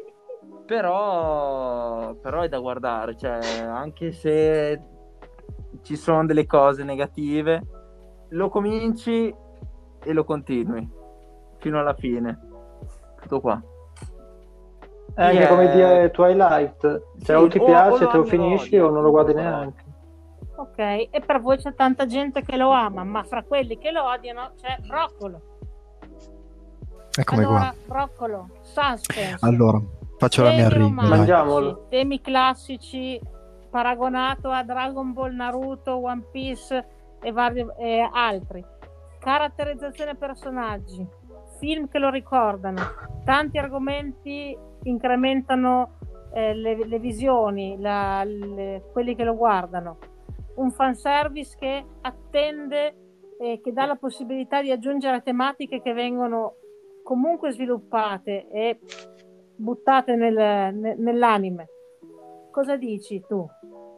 però, però è da guardare, cioè anche se ci sono delle cose negative, lo cominci e lo continui fino alla fine, tutto qua. È anche Yeah. come dire Twilight, cioè Sì, o ti o- piace, o lo te lo ami o lo finisci odi, o non lo guardi però. neanche. Ok, e per voi c'è tanta gente che lo ama, ma fra quelli che lo odiano c'è Broccolo. Eccomi Allora, qua. Broccolo, suspense. Allora, faccio la mia Temi review, romantici, dai. Mangiamolo. temi classici paragonato a Dragon Ball, Naruto, One Piece e vari e altri. Caratterizzazione personaggi, film che lo ricordano, tanti argomenti incrementano eh, le, le visioni, la, le- quelli che lo guardano. Un fanservice che attende e che dà la possibilità di aggiungere tematiche che vengono comunque sviluppate e buttate nel, ne- nell'anime. Cosa dici tu?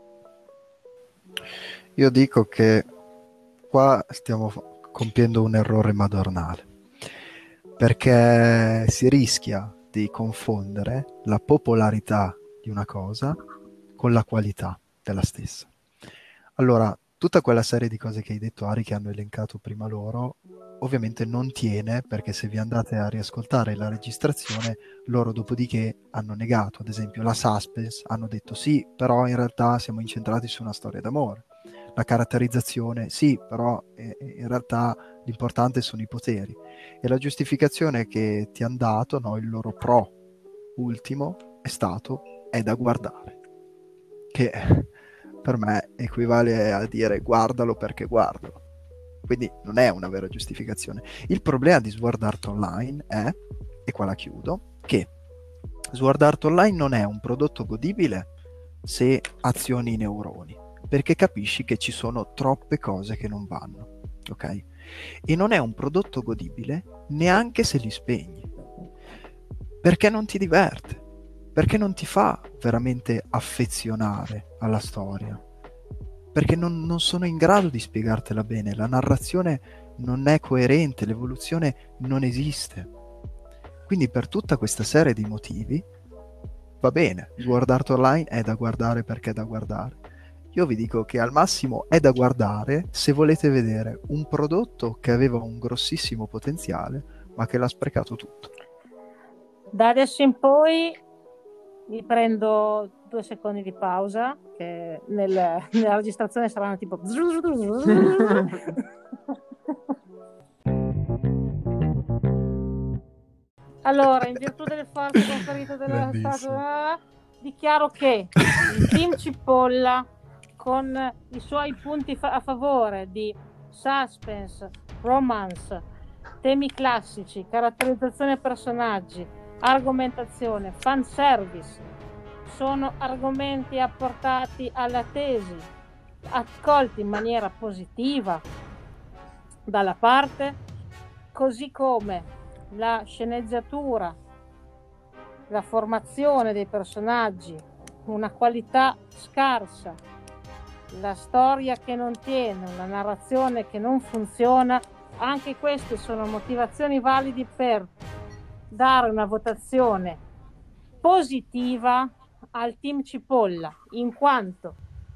Io dico che qua stiamo fa- compiendo un errore madornale, perché si rischia di confondere la popolarità di una cosa con la qualità della stessa. Allora, tutta quella serie di cose che hai detto, Ari, che hanno elencato prima loro, ovviamente non tiene, perché se vi andate a riascoltare la registrazione, loro dopodiché hanno negato, ad esempio la suspense, hanno detto sì, però in realtà siamo incentrati su una storia d'amore. La caratterizzazione, sì, però eh, in realtà l'importante sono i poteri. E la giustificazione che ti hanno dato, no, il loro pro ultimo, è stato, è da guardare. Che per me equivale a dire guardalo perché guardalo. Quindi non è una vera giustificazione. Il problema di Sword Art Online è, e qua la chiudo, che Sword Art Online non è un prodotto godibile se azioni i neuroni, perché capisci che ci sono troppe cose che non vanno, ok? E non è un prodotto godibile neanche se li spegni, perché non ti diverte, perché non ti fa veramente affezionare alla storia, perché non, non sono in grado di spiegartela bene, la narrazione non è coerente, l'evoluzione non esiste. Quindi per tutta questa serie di motivi va bene, Sword Art Online è da guardare perché è da guardare. Io vi dico che al massimo è da guardare se volete vedere un prodotto che aveva un grossissimo potenziale ma che l'ha sprecato tutto. Da adesso in poi mi prendo due secondi di pausa, che nel- nella registrazione saranno tipo... Allora, in virtù delle forze conferite dalla statua, dichiaro che il team Cipolla, con i suoi punti fa- a favore di suspense, romance, temi classici, caratterizzazione personaggi, argomentazione, fanservice, sono argomenti apportati alla tesi, accolti in maniera positiva dalla parte, così come la sceneggiatura, la formazione dei personaggi, una qualità scarsa, la storia che non tiene, una narrazione che non funziona, anche queste sono motivazioni validi per dare una votazione positiva al team Cipolla, in quanto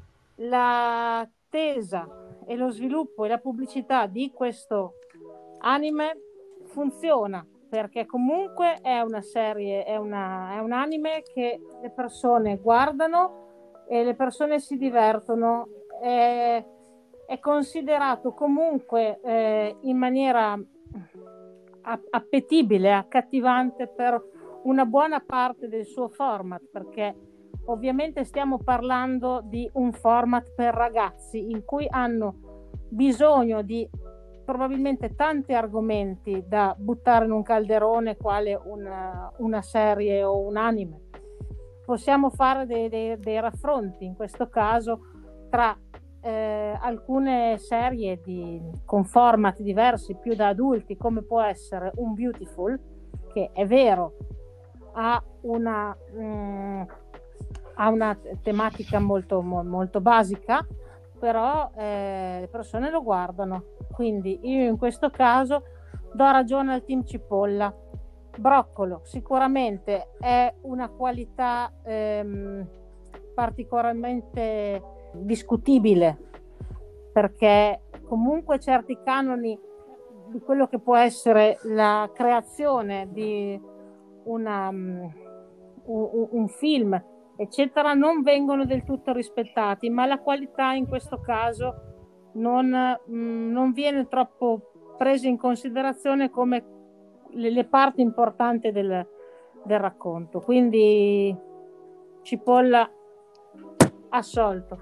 la tesa e lo sviluppo e la pubblicità di questo anime funziona, perché comunque è una serie, è, una, è un anime che le persone guardano e le persone si divertono, è, è considerato comunque eh, in maniera appetibile, accattivante per una buona parte del suo format, perché ovviamente stiamo parlando di un format per ragazzi in cui hanno bisogno di probabilmente tanti argomenti da buttare in un calderone quale una, una serie o un anime. Possiamo fare dei, dei, dei raffronti in questo caso tra eh, alcune serie di, con format diversi più da adulti, come può essere un Beautiful, che è vero ha una mh, ha una tematica molto, molto basica, però eh, le persone lo guardano, quindi io in questo caso do ragione al team Cipolla. Broccolo sicuramente è una qualità ehm, particolarmente discutibile, perché comunque certi canoni di quello che può essere la creazione di una, um, un, un film eccetera non vengono del tutto rispettati, ma la qualità in questo caso non, mh, non viene troppo presa in considerazione come le, le parti importanti del, del racconto, quindi Cipolla assolto.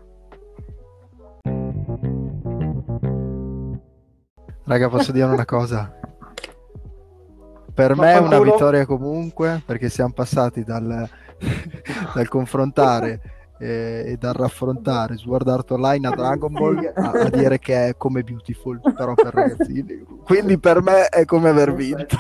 Raga, posso dire una cosa? Per Ma me è una qualcuno- vittoria comunque, perché siamo passati dal, dal confrontare eh, e dal raffrontare Sword Art Online a Dragon Ball a, a dire che è come Beautiful, però per ragazzini. Quindi per me è come aver vinto.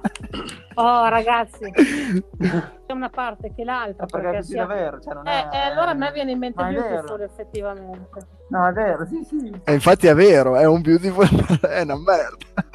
Oh ragazzi, c'è una parte che l'altra, perché, perché è sia... vero, cioè non eh, è... eh, allora a me viene in mente Ma è Beautiful vero. effettivamente. No, è vero, sì, sì. E infatti è vero, è un Beautiful, è una merda.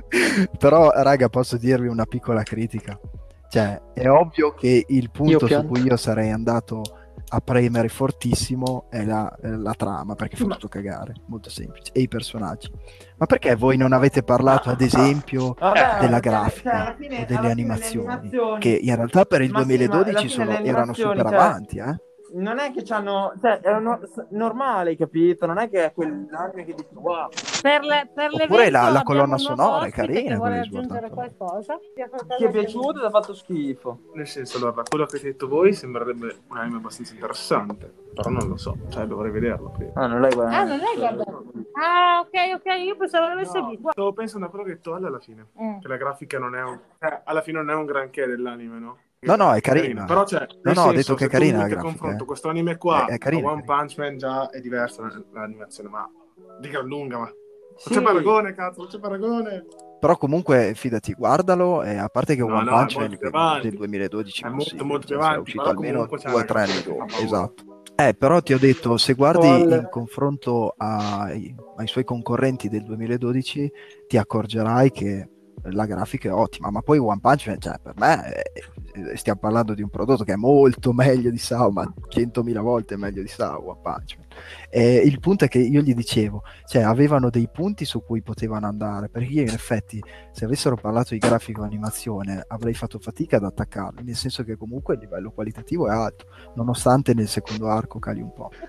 Però raga, posso dirvi una piccola critica, cioè è ovvio che il punto Io su pianto. cui io sarei andato a premere fortissimo è la, è la trama, perché fa Ma- tutto cagare, molto semplice, e i personaggi. Ma perché voi non avete parlato ad esempio Vabbè, della cioè, grafica cioè, alla fine- o alla delle fine le animazioni, animazioni- che in realtà per il Ma sì, ma alla duemiladodici fine sono- le erano animazioni, super cioè- avanti, eh? Non è che c'hanno, cioè, erano s- normali, capito? Non è che è quell'anime che dici, wow. Per, le, per Oppure l'evento la- la abbiamo colonna un nuovo sonora è ospite carina, che vuole quella di Sword aggiungere Art Online. qualcosa. Ti è piaciuto ed ha fatto schifo. Nel senso, allora, quello che avete detto voi sembrerebbe un anime abbastanza interessante, però non lo so, cioè dovrei vederlo prima. Ah, non l'hai guardato. Ah, non l'hai guardato? Ah, ok, ok, io pensavo l'avesse No, visto. stavo pensando a quello che hai detto Ale alla fine, Mm. che la grafica non è un... eh, alla fine non è un granché dell'anime, no? No, no, è carina. Però cioè, nel No, no, ho senso, detto che se è carina tu la metti a grafica, confronto eh. questo anime qua È- è carina, a One carina. Punch Man già è diversa l- l'animazione, ma di gran lunga, ma Sì. non c'è paragone, cazzo, non c'è paragone. Però comunque fidati, guardalo, e a parte che No, One no, Punch è Man molto più avanti. del duemiladodici È non molto, si- molto più cioè, sarà avanti, uscito però almeno comunque c'è due o una tre anni grafica dopo, che fa paura. esatto. Eh, però ti ho detto, se guardi Palle. in confronto ai, ai suoi concorrenti del duemiladodici, ti accorgerai che la grafica è ottima, ma poi One Punch Man, cioè, per me, è- stiamo parlando di un prodotto che è molto meglio di Sao, ma centomila volte meglio di Sao, One Punch Man. E il punto è che io gli dicevo, cioè, avevano dei punti su cui potevano andare, perché io in effetti, se avessero parlato di grafico e animazione, avrei fatto fatica ad attaccarli, nel senso che comunque il livello qualitativo è alto, nonostante nel secondo arco cali un po'.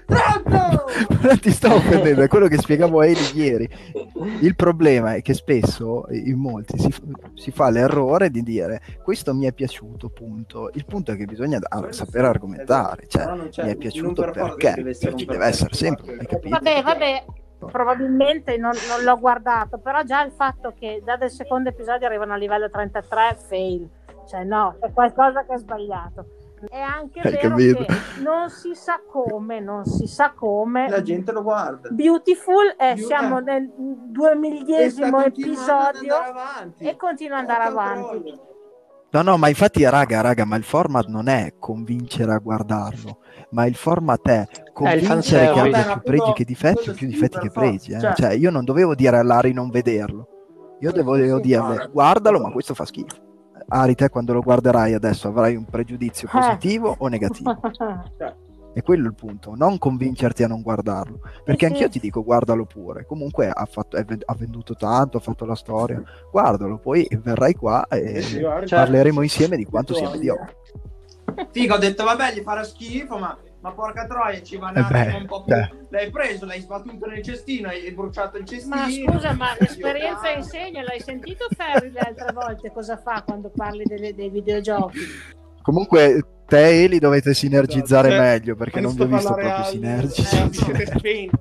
Non ti sto offendendo, è quello che spiegavo a Eli ieri. Il problema è che spesso, in molti, si, si fa l'errore di dire questo mi è piaciuto, punto. Il punto è che bisogna ah, sapere argomentare, cioè Però non c'è- mi è non piaciuto per forza perché, deve essere perché un deve essere perfetto. sempre, hai capito? Vabbè, vabbè, probabilmente non, non l'ho guardato, però già il fatto che già dal secondo episodio arrivano a livello trentatré, fail. cioè no, è qualcosa che è sbagliato. È anche Hai vero capito? che non si sa come, non si sa come. La gente lo guarda. Beautiful, eh, Beautiful. siamo nel duemigliesimo episodio e continua ad andare avanti. No, no, ma infatti, raga, raga, ma il format non è convincere a guardarlo, ma il format è convincere che fanservice. abbia Vabbè, ma più pregi quello- che difetti, quello o più sì, difetti per che forza. pregi. Eh. Cioè- Cioè, io non dovevo dire a Lari non vederlo. Io devo, Sì, devo sì. dirle, guardalo, ma questo fa schifo. Ari, te quando lo guarderai adesso avrai un pregiudizio Eh. positivo o negativo? E quello è il punto, non convincerti a non guardarlo. Perché Sì, anch'io sì. ti dico guardalo pure. Comunque ha, fatto, è ven- ha venduto tanto, ha fatto la storia. Guardalo, poi verrai qua e parleremo insieme di quanto sia mediocre. Figa, ho detto vabbè, gli farà schifo, ma, ma porca troia, ci va un Eh attimo beh, un po' più. eh. L'hai preso, l'hai sbattuto nel cestino, hai bruciato il cestino. Ma scusa, ma l'esperienza insegna, l'hai sentito Ferri le altre volte cosa fa quando parli delle- dei videogiochi? Comunque te e Eli dovete sinergizzare Esatto. meglio perché non vi ho visto proprio al- sinergici. eh, siete spenti.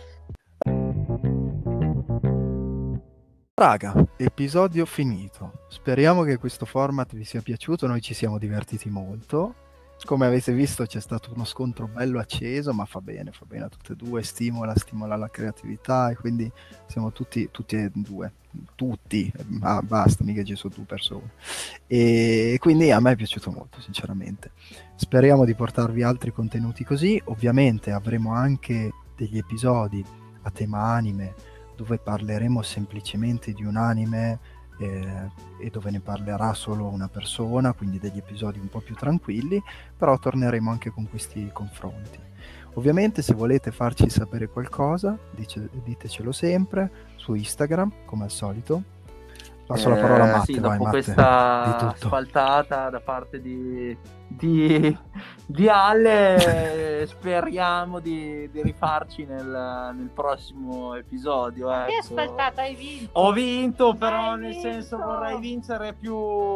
Raga, episodio finito. Speriamo che questo format vi sia piaciuto, noi ci siamo divertiti molto. Come avete visto c'è stato uno scontro bello acceso, ma fa bene, fa bene a tutte e due, stimola, stimola la creatività e quindi siamo tutti, tutti e due, tutti, ah, basta, mica ci sono due persone. E quindi a me è piaciuto molto, sinceramente. Speriamo di portarvi altri contenuti così, ovviamente avremo anche degli episodi a tema anime, dove parleremo semplicemente di un anime eh, e dove ne parlerà solo una persona, quindi degli episodi un po' più tranquilli, però torneremo anche con questi confronti. Ovviamente se volete farci sapere qualcosa, dice, ditecelo sempre su Instagram, come al solito. Passo la parola a Eh, Matte, sì, vai dopo Matte, questa di tutto. asfaltata da parte di, di, di Ale, speriamo di, di rifarci nel, nel prossimo episodio. Che Ecco. asfaltata hai vinto? Ho vinto, però Hai nel vinto! senso vorrei vincere più...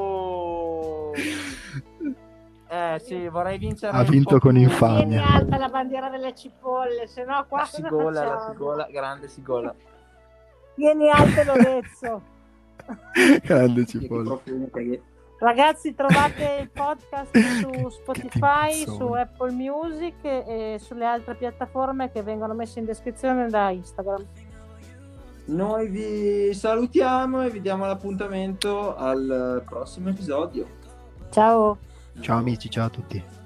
Eh sì, vorrei vincere Ha un vinto po' con più- infamia. Tieni alta la bandiera delle cipolle, se no qua La cosa sigola, la facciamo? sigola, grande sigola. Tieni alto Lorenzo. Grande Che cipolla. profumo che- Ragazzi, trovate il podcast su Spotify, timpezzone. su Apple Music e sulle altre piattaforme che vengono messe in descrizione da Instagram. Noi vi salutiamo e vi diamo l'appuntamento al prossimo episodio. Ciao! Ciao amici, ciao a tutti.